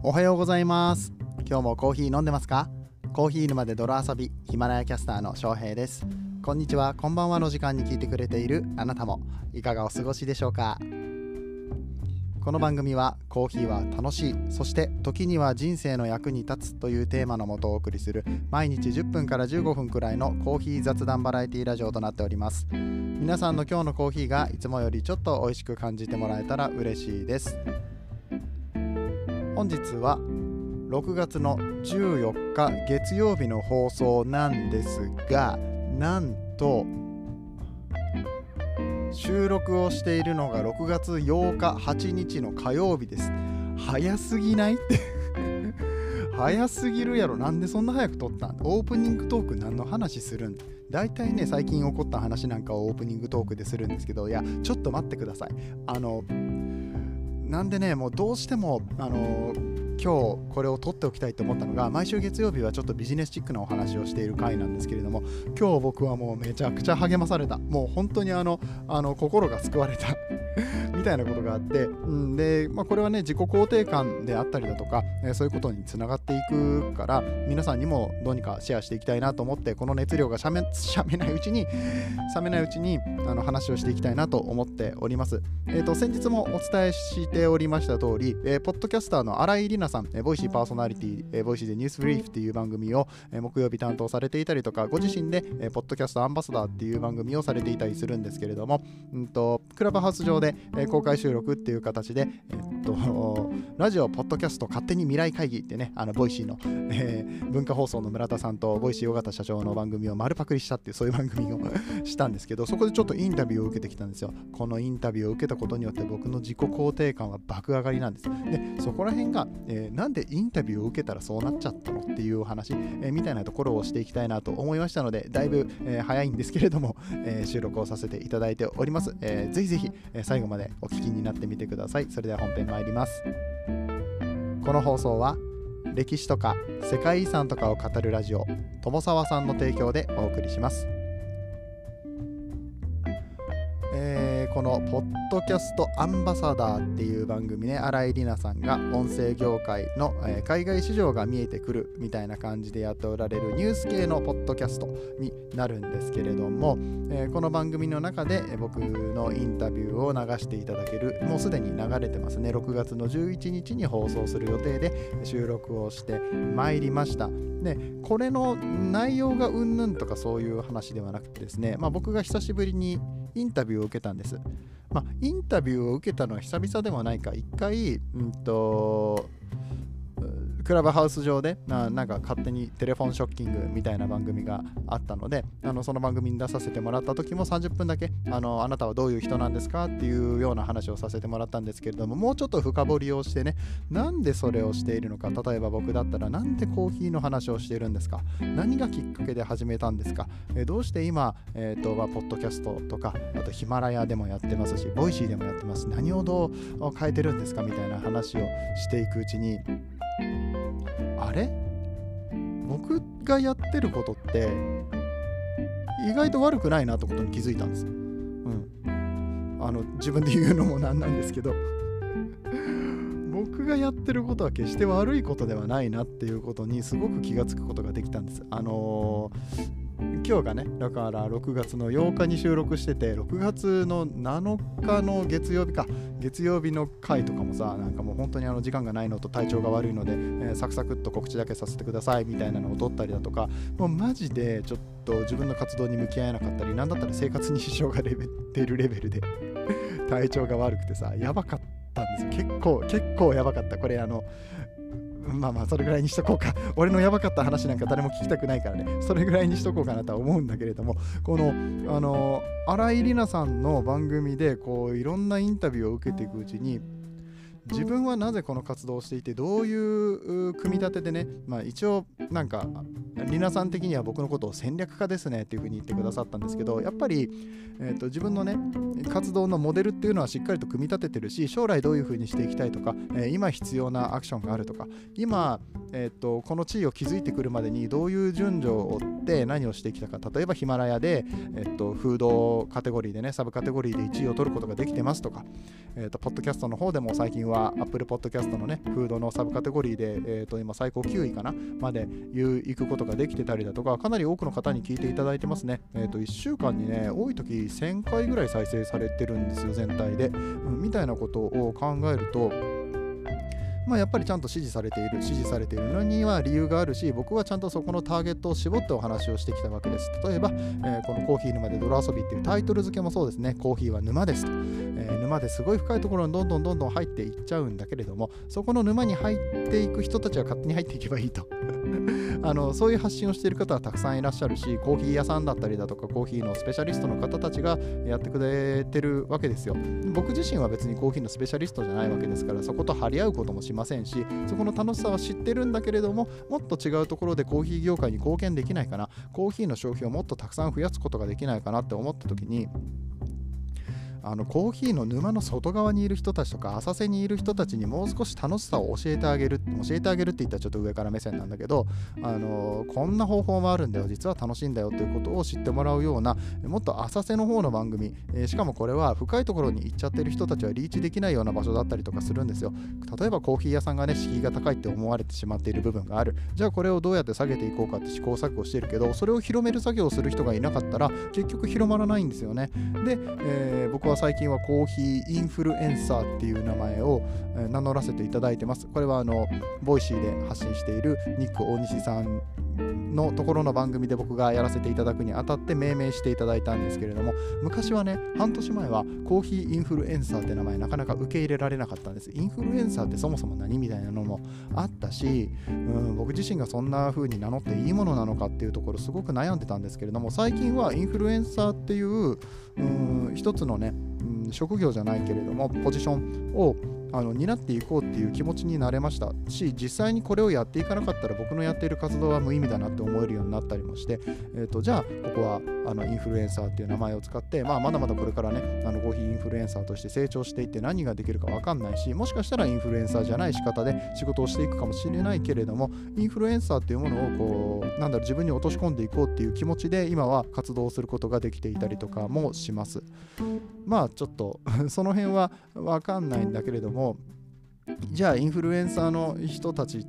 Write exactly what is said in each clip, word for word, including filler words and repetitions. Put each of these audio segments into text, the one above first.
おはようございます。今日もコーヒー飲んでますか？コーヒー沼で泥遊び、ヒマラヤキャスターの翔平です。こんにちは、こんばんはの時間に聞いてくれているあなたもいかがお過ごしでしょうか？この番組はコーヒーは楽しい、そして時には人生の役に立つというテーマのもとお送りする毎日じゅっぷんからじゅうごふんくらいのコーヒー雑談バラエティラジオとなっております。皆さんの今日のコーヒーがいつもよりちょっと美味しく感じてもらえたら嬉しいです。本日はろくがつのじゅうよっか月曜日の放送なんですが、なんと収録をしているのがろくがつようかはちにちの火曜日です。早すぎないって早すぎるやろ。なんでそんな早く撮ったん？オープニングトーク何の話するん？だいたいね、最近起こった話なんかをオープニングトークでするんですけど、いやちょっと待ってください。あのなんでね、もうどうしてもあの今日これを撮っておきたいと思ったのが、毎週月曜日はちょっとビジネスチックなお話をしている回なんですけれども、今日僕はもうめちゃくちゃ励まされた。もう本当にあのあの心が救われたみたいなことがあって、うん、で、まあ、これはね、自己肯定感であったりだとか、えー、そういうことにつながっていくから、皆さんにもどうにかシェアしていきたいなと思って、この熱量が冷め、冷めないうちに冷めないうちにあの話をしていきたいなと思っております。えーと、先日もお伝えしておりました通り、えー、ポッドキャスターの新井里奈さん、えー、ボイシーパーソナリティ、えー、ボイシーでニュースブリーフっていう番組を、えー、木曜日担当されていたりとか、ご自身で、えー、ポッドキャストアンバサダーっていう番組をされていたりするんですけれども、うんとクラブハウス上で、えー、公開収録っていう形で、えー、っとラジオポッドキャスト勝手に未来会議ってね、あのボイシーの、えー、文化放送の村田さんとボイシー尾形社長の番組を丸パクリしたっていう、そういう番組をしたんですけど、そこでちょっとインタビューを受けてきたんですよ。このインタビューを受けたことによって僕の自己肯定感は爆上がりなんです。でそこら辺が、えー、なんでインタビューを受けたらそうなっちゃったのっていうお話、えー、みたいなところをしていきたいなと思いましたので、だいぶ、えー、早いんですけれども、えー、収録をさせていただいております。えー、ぜひぜひ、えー、最後までお聞きになってみてください。それでは本編参ります。この放送は歴史とか世界遺産とかを語るラジオ友沢さんの提供でお送りします。えー、このポッドキャストアンバサダーっていう番組ね、新井里奈さんが音声業界の、えー、海外市場が見えてくるみたいな感じでやっておられるニュース系のポッドキャストになるんですけれども、えー、この番組の中で、えー、僕のインタビューを流していただける、もうすでに流れてますね。ろくがつのじゅういちにちに放送する予定で収録をしてまいりました。でこれの内容がうんぬんとかそういう話ではなくてですね、まあ、僕が久しぶりにインタビューを受けたんです。まあ、インタビューを受けたのは久々でもないか、一回、うんと、クラブハウス上でな、なんか勝手にテレフォンショッキングみたいな番組があったので、あのその番組に出させてもらった時もさんじゅっぷんだけあのあなたはどういう人なんですかっていうような話をさせてもらったんですけれども、もうちょっと深掘りをしてね、なんでそれをしているのか、例えば僕だったらなんでコーヒーの話をしているんですか、何がきっかけで始めたんですか、えー、どうして今、えーとまあ、ポッドキャストとか、あとヒマラヤでもやってますし、ボイシーでもやってます。何をどう変えてるんですかみたいな話をしていくうちに、あれ僕がやってることって意外と悪くないなってことに気づいたんです。うん。あの自分で言うのもなんなんですけど僕がやってることは決して悪いことではないなっていうことにすごく気がつくことができたんです。あのー今日がね、だからろくがつのようかに収録してて、ろくがつのなのかの月曜日か、月曜日の回とかもさ、なんかもう本当にあの時間がないのと体調が悪いので、えー、サクサクっと告知だけさせてくださいみたいなのを撮ったりだとか、もうマジでちょっと自分の活動に向き合えなかったり、なんだったら生活に支障が出るレベルで体調が悪くてさ、やばかったんですよ。結構結構やばかった。これあのまあまあそれぐらいにしとこうか。俺のやばかった話なんか誰も聞きたくないからね、それぐらいにしとこうかなとは思うんだけれども、このあの新井里奈さんの番組でこういろんなインタビューを受けていくうちに、自分はなぜこの活動をしていて、どういう組み立てでね、まあ一応なんかリナさん的には僕のことを戦略家ですねっていう風に言ってくださったんですけど、やっぱり、えーと、自分のね活動のモデルっていうのはしっかりと組み立ててるし、将来どういう風にしていきたいとか、えー、今必要なアクションがあるとか、今、えーと、この地位を築いてくるまでにどういう順序を追って何をしてきたか、例えばヒマラヤで、えーと、フードカテゴリーでね、サブカテゴリーでいちいを取ることができてますとか、 えーと、ポッドキャストの方でも最近は Apple Podcast のね、フードのサブカテゴリーで、えーと、今最高きゅういかなまで行くことができてたりだとか、かなり多くの方に聞いていただいてますね。えーと、いっしゅうかんにね、多い時せんかいぐらい再生されてるんですよ、全体で。うん、みたいなことを考えると、まあ、やっぱりちゃんと支持されている支持されているのには理由があるし、僕はちゃんとそこのターゲットを絞ってお話をしてきたわけです。例えば、えー、このコーヒー沼で泥遊びっていうタイトル付けもそうですね。コーヒーは沼ですと、えー、沼ですごい深いところにどんどんどんどん入っていっちゃうんだけれども、そこの沼に入っていく人たちは勝手に入っていけばいいとあのそういう発信をしている方はたくさんいらっしゃるし、コーヒー屋さんだったりだとかコーヒーのスペシャリストの方たちがやってくれてるわけですよ。僕自身は別にコーヒーのスペシャリストじゃないわけですから、そこと張り合うこともしませんし、そこの楽しさは知ってるんだけれども、もっと違うところでコーヒー業界に貢献できないかな、コーヒーの消費をもっとたくさん増やすことができないかなって思った時に、あのコーヒーの沼の外側にいる人たちとか浅瀬にいる人たちにもう少し楽しさを教えてあげる教えてあげるって言ったらちょっと上から目線なんだけど、あのこんな方法もあるんだよ、実は楽しいんだよということを知ってもらうような、もっと浅瀬の方の番組、えー、しかもこれは深いところに行っちゃってる人たちはリーチできないような場所だったりとかするんですよ。例えばコーヒー屋さんがね、敷居が高いって思われてしまっている部分がある。じゃあこれをどうやって下げていこうかって試行錯誤してるけど、それを広める作業をする人がいなかったら結局広まらないんですよね。で、えー、僕は最近はコーヒーインフルエンサーっていう名前を名乗らせていただいてます。これはあのボイシーで発信しているニック大西さんのところの番組で僕がやらせていただくにあたって命名していただいたんですけれども、昔はね、半年前はコーヒーインフルエンサーって名前なかなか受け入れられなかったんです。インフルエンサーってそもそも何みたいなのもあったし、うん、僕自身がそんな風に名乗っていいものなのかっていうところすごく悩んでたんですけれども、最近はインフルエンサーっていう、うん、一つのね、うん、職業じゃないけれどもポジションをあの担っていこうっていう気持ちになれましたし、実際にこれをやっていかなかったら僕のやっている活動は無意味だなって思えるようになったりもして、えーと、じゃあここはあのインフルエンサーっていう名前を使って、まあ、まだまだこれからね、あのコーヒーインフルエンサーとして成長していって何ができるか分かんないし、もしかしたらインフルエンサーじゃない仕方で仕事をしていくかもしれないけれども、インフルエンサーっていうものをこうなんだろう自分に落とし込んでいこうっていう気持ちで今は活動することができていたりとかもします。まあちょっとその辺は分かんないんだけれども、じゃあインフルエンサーの人たちって、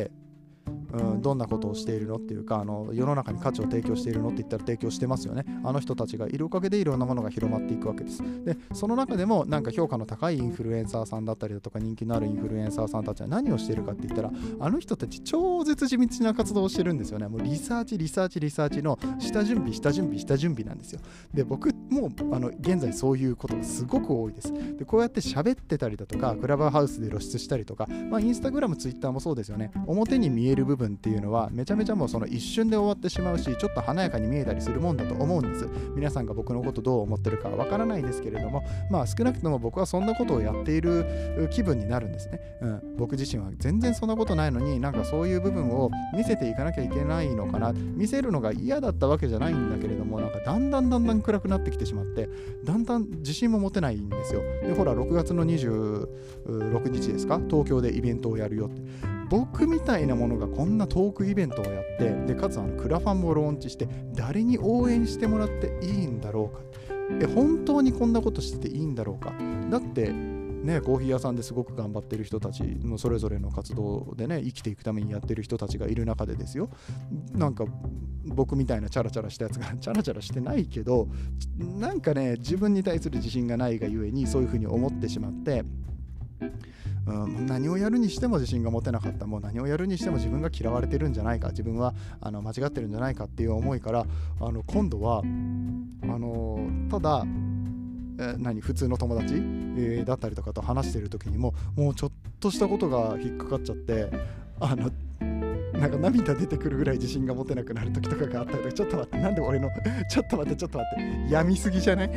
うん、どんなことをしているのっていうか、あの世の中に価値を提供しているのって言ったら提供してますよね。あの人たちがいるおかげでいろんなものが広まっていくわけです。で、その中でもなんか評価の高いインフルエンサーさんだったりだとか人気のあるインフルエンサーさんたちは何をしているかって言ったら、あの人たち超絶地道な活動をしてるんですよね。もうリサーチリサーチリサーチの下準備下準備下準備なんですよ。で、僕もあの現在そういうことがすごく多いです。で、こうやって喋ってたりだとかクラブハウスで露出したりとか、まあ、インスタグラムツイッターもそうですよね。表に見える部分っていうのはめちゃめちゃもうその一瞬で終わってしまうし、ちょっと華やかに見えたりするもんだと思うんです。皆さんが僕のことどう思ってるかわからないですけれども、まあ少なくとも僕はそんなことをやっている気分になるんですね。うん、僕自身は全然そんなことないのに、なんかそういう部分を見せていかなきゃいけないのかな、見せるのが嫌だったわけじゃないんだけれども、なんかだんだんだんだん暗くなってきてしまって、だんだん自信も持てないんですよ。で、ほらろくがつのにじゅうろくにちですか、東京でイベントをやるよって。僕みたいなものがこんなトークイベントをやって、でかつあのクラファンもローンチして誰に応援してもらっていいんだろうか、え本当にこんなことしてていいんだろうか。だってね、コーヒー屋さんですごく頑張ってる人たちのそれぞれの活動でね、生きていくためにやってる人たちがいる中でですよ、なんか僕みたいなチャラチャラしたやつがチャラチャラしてないけど、なんかね自分に対する自信がないがゆえにそういうふうに思ってしまって、うん、何をやるにしても自信が持てなかった。もう何をやるにしても自分が嫌われてるんじゃないか、自分はあの間違ってるんじゃないかっていう思いから、あの今度はあのただえ何普通の友達、えー、だったりとかと話してる時にももうちょっとしたことが引っかかっちゃって、あのなんか涙出てくるぐらい自信が持てなくなる時とかがあったりとか、ちょっと待って、なんで俺のちょっと待ってちょっと待って病みすぎじゃない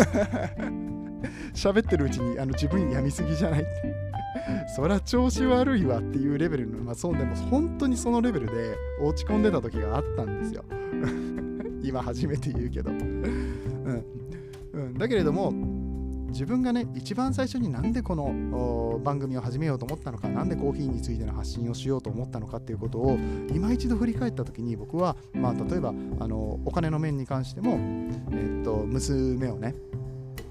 喋ってるうちにあの自分病みすぎじゃないってそりゃ調子悪いわっていうレベルの、まあそうでも本当にそのレベルで落ち込んでた時があったんですよ今初めて言うけど、うんうん、だけれども自分がね一番最初になんでこの番組を始めようと思ったのか、なんでコーヒーについての発信をしようと思ったのかっていうことを今一度振り返った時に、僕はまあ例えばあのお金の面に関しても、えっと娘をね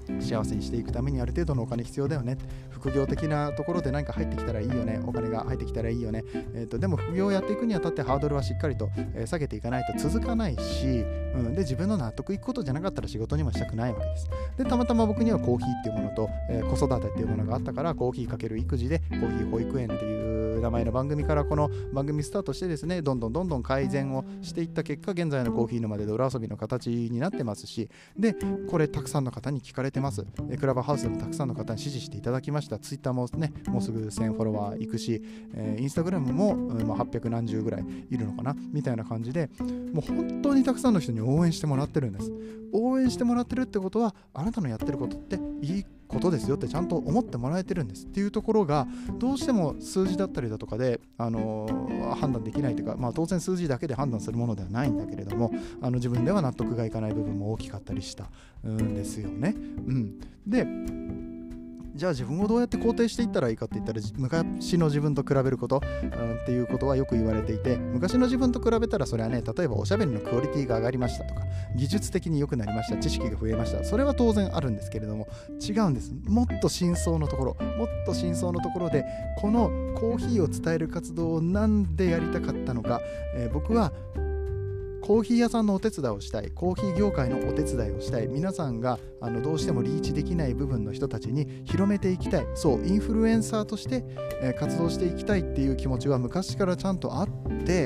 幸せにしていくためにある程度のお金必要だよね。副業的なところで何か入ってきたらいいよね。お金が入ってきたらいいよね。えーと、でも副業をやっていくにあたってハードルはしっかりと、えー、下げていかないと続かないし、うん、で自分の納得いくことじゃなかったら仕事にもしたくないわけです。でたまたま僕にはコーヒーっていうものと、えー、子育てっていうものがあったから、コーヒー×育児でコーヒー保育園っていう名前の番組からこの番組スタートしてですね、どんどんどんどん改善をしていった結果、現在のコーヒー沼で泥遊びの形になってますし、でこれたくさんの方に聞かれてます。クラブハウスでもたくさんの方に支持していただきました。ツイッターもね、もうすぐせんフォロワーいくし、えー、インスタグラムも、うんまあ、はっぴゃくなんじゅうぐらいいるのかなみたいな感じで、もう本当にたくさんの人に応援してもらってるんです。応援してもらってるってことは、あなたのやってることっていいことですよってちゃんと思ってもらえてるんですっていうところが、どうしても数字だったりだとかで、あのー、判断できないというか、まあ、当然数字だけで判断するものではないんだけれども、あの自分では納得がいかない部分も大きかったりしたんですよね。うん、でじゃあ自分をどうやって肯定していったらいいかって言ったら、昔の自分と比べること、うん、っていうことはよく言われていて、昔の自分と比べたらそれはね、例えばおしゃべりのクオリティが上がりましたとか、技術的に良くなりました、知識が増えました、それは当然あるんですけれども、違うんです。もっと深層のところ、もっと深層のところで、このコーヒーを伝える活動をなんでやりたかったのか、えー、僕はコーヒー屋さんのお手伝いをしたい、コーヒー業界のお手伝いをしたい、皆さんがあのどうしてもリーチできない部分の人たちに広めていきたい、そうインフルエンサーとして、えー、活動していきたいっていう気持ちは昔からちゃんとあって、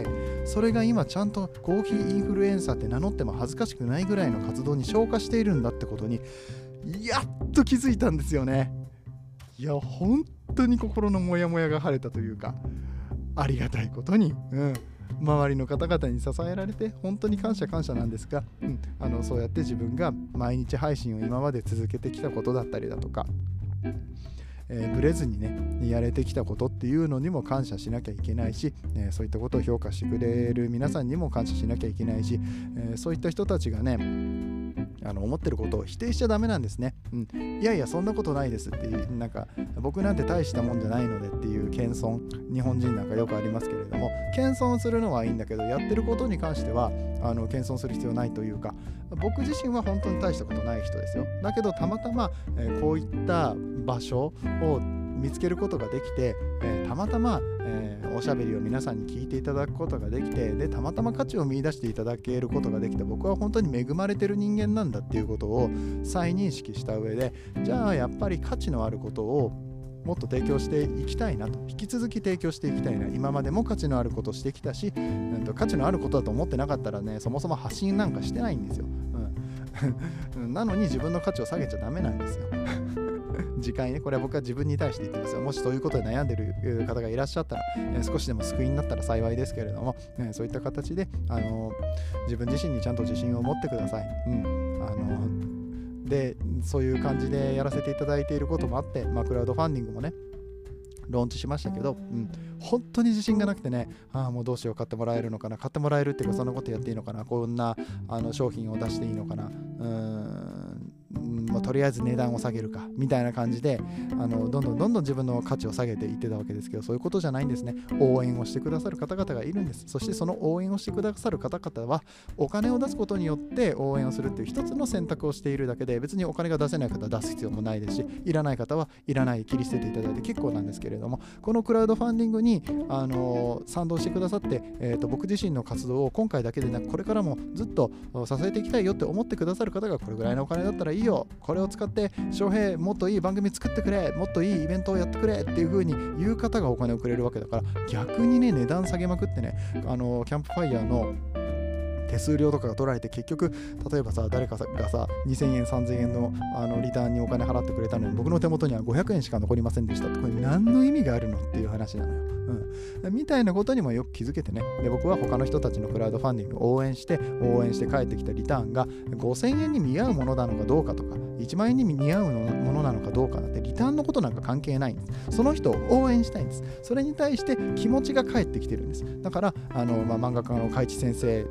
それが今ちゃんとコーヒーインフルエンサーって名乗っても恥ずかしくないぐらいの活動に昇華しているんだってことにやっと気づいたんですよね。いや本当に心のモヤモヤが晴れたというか、ありがたいことに、うん周りの方々に支えられて本当に感謝感謝なんですが、うん、あのそうやって自分が毎日配信を今まで続けてきたことだったりだとか、えー、ブレずにねやれてきたことっていうのにも感謝しなきゃいけないし、えー、そういったことを評価してくれる皆さんにも感謝しなきゃいけないし、えー、そういった人たちがねあの思ってることを否定しちゃダメなんですね、うん、いやいやそんなことないですっていう、なんか僕なんて大したもんじゃないのでっていう謙遜、日本人なんかよくありますけれども、謙遜するのはいいんだけど、やってることに関してはあの謙遜する必要ないというか、僕自身は本当に大したことない人ですよ。だけどたまたま、えー、こういった場所を見つけることができて、えー、たまたま、えー、おしゃべりを皆さんに聞いていただくことができて、でたまたま価値を見出していただけることができて、僕は本当に恵まれてる人間なんだっていうことを再認識した上で、じゃあやっぱり価値のあることをもっと提供していきたいなと、引き続き提供していきたいな、今までも価値のあることをしてきたし、うん、と価値のあることだと思ってなかったらね、そもそも発信なんかしてないんですよ、うん、なのに自分の価値を下げちゃダメなんですよ次回ね、これは僕は自分に対して言ってますよ。もしそういうことで悩んでる方がいらっしゃったら、えー、少しでも救いになったら幸いですけれども、えー、そういった形で、あのー、自分自身にちゃんと自信を持ってください、うんあのー、でそういう感じでやらせていただいていることもあって、まあ、クラウドファンディングもねローンチしましたけど、うん、本当に自信がなくてね、ああもうどうしよう、買ってもらえるのかな、買ってもらえるっていうかそんなことやっていいのかな、こんなあの商品を出していいのかな、うーんもうとりあえず値段を下げるかみたいな感じで、あのどんどんどんどん自分の価値を下げていってたわけですけど、そういうことじゃないんですね。応援をしてくださる方々がいるんです。そしてその応援をしてくださる方々はお金を出すことによって応援をするっていう一つの選択をしているだけで、別にお金が出せない方は出す必要もないですし、いらない方はいらない切り捨てていただいて結構なんですけれども、このクラウドファンディングに、あのー、賛同してくださって、えーと、僕自身の活動を今回だけでなくこれからもずっと支えていきたいよって思ってくださる方が、これぐらいのお金だったらいいよ、これを使って翔平もっといい番組作ってくれ、もっといいイベントをやってくれっていう風に言う方がお金をくれるわけだから、逆にね値段下げまくってね、あのキャンプファイヤーの手数料とかが取られて、結局例えばさ誰かがさにせんえんさんぜんえん の, あのリターンにお金払ってくれたのに僕の手元にはごひゃくえんしか残りませんでしたって、これ何の意味があるのっていう話なのよ、うん、みたいなことにもよく気づけてね、で僕は他の人たちのクラウドファンディングを応援して応援して帰ってきたリターンがごせんえんに見合うものなのかどうかとかいちまんえんに見合うものなのかどうかなんてリターンのことなんか関係ないんです。その人を応援したいんです。それに対して気持ちが返ってきてるんです。だからあの、まあ、漫画家の海地先生っていう方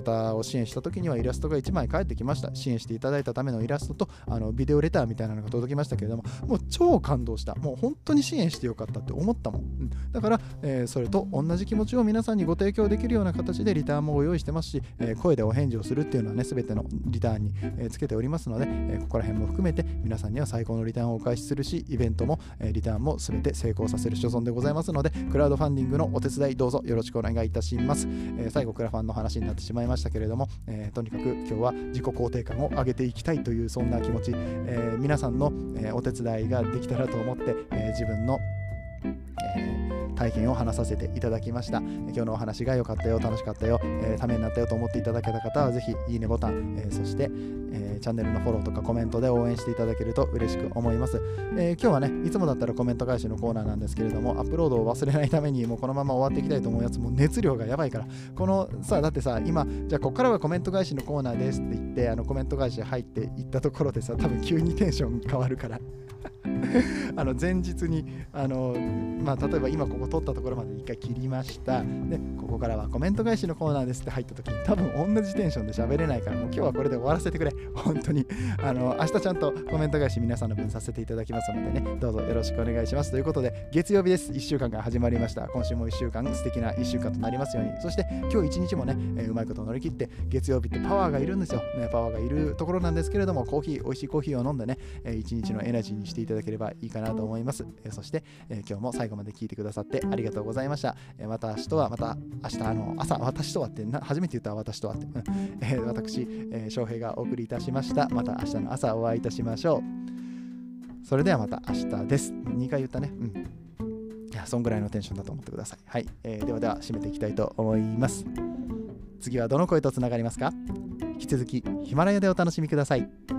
方を支援した時にはイラストがいちまい返ってきました。支援していただいたためのイラストとあのビデオレターみたいなのが届きましたけれども、もう超感動した。もう本当に支援してよかったって思ったもん、うん、だから、えー、それと同じ気持ちを皆さんにご提供できるような形でリターンもご用意してますし、えー、声でお返事をするっていうのはね全てのリターンに、えー、つけておりますので、えー、ここら辺も含めて皆さんには最高のリターンをお返しするし、イベントも、えー、リターンも全て成功させる所存でございますので、クラウドファンディングのお手伝いどうぞよろしくお願いいたします。えー、最後クラファンの話になってしまいましたけれども、えー、とにかく今日は自己肯定感を上げていきたいというそんな気持ち、えー、皆さんの、えー、お手伝いができたらと思って、えー、自分の、えー体験を話させていただきました。今日のお話が良かったよ、楽しかったよ、えー、ためになったよと思っていただけた方はぜひいいねボタン、えー、そして、えー、チャンネルのフォローとかコメントで応援していただけると嬉しく思います。えー、今日はねいつもだったらコメント返しのコーナーなんですけれども、アップロードを忘れないためにもうこのまま終わっていきたいと思うやつも熱量がやばいから、このさだってさ今じゃあここからはコメント返しのコーナーですって言ってあのコメント返し入っていったところでさ多分急にテンション変わるからあの前日にあの、まあ、例えば今ここ撮ったところまで一回切りました。でここからはコメント返しのコーナーですって入った時に多分同じテンションで喋れないから、もう今日はこれで終わらせてくれ本当に。あの明日ちゃんとコメント返し皆さんの分させていただきますのでね、どうぞよろしくお願いします。ということで月曜日です。いっしゅうかんが始まりました。今週もいっしゅうかん素敵ないっしゅうかんとなりますように。そして今日一日もね、えー、うまいことを乗り切って、月曜日ってパワーがいるんですよ、ね、パワーがいるところなんですけれども、コーヒー美味しいコーヒーを飲んでね、えー、一日のエナジーにしていただければいいかなと思います。えー、そして、えー、今日も最後まで聞いてくださってありがとうございました。えー、また明日はまた明日あの朝私とはってな初めて言った私とはって、えー、私、えー、翔平がお送りいたしました。また明日の朝お会いいたしましょう。それではまた明日です。にかい言ったね。うん。いや、そんぐらいのテンションだと思ってください。はい。えー、ではでは締めていきたいと思います。次はどの声とつながりますか？引き続きヒマラヤでお楽しみください。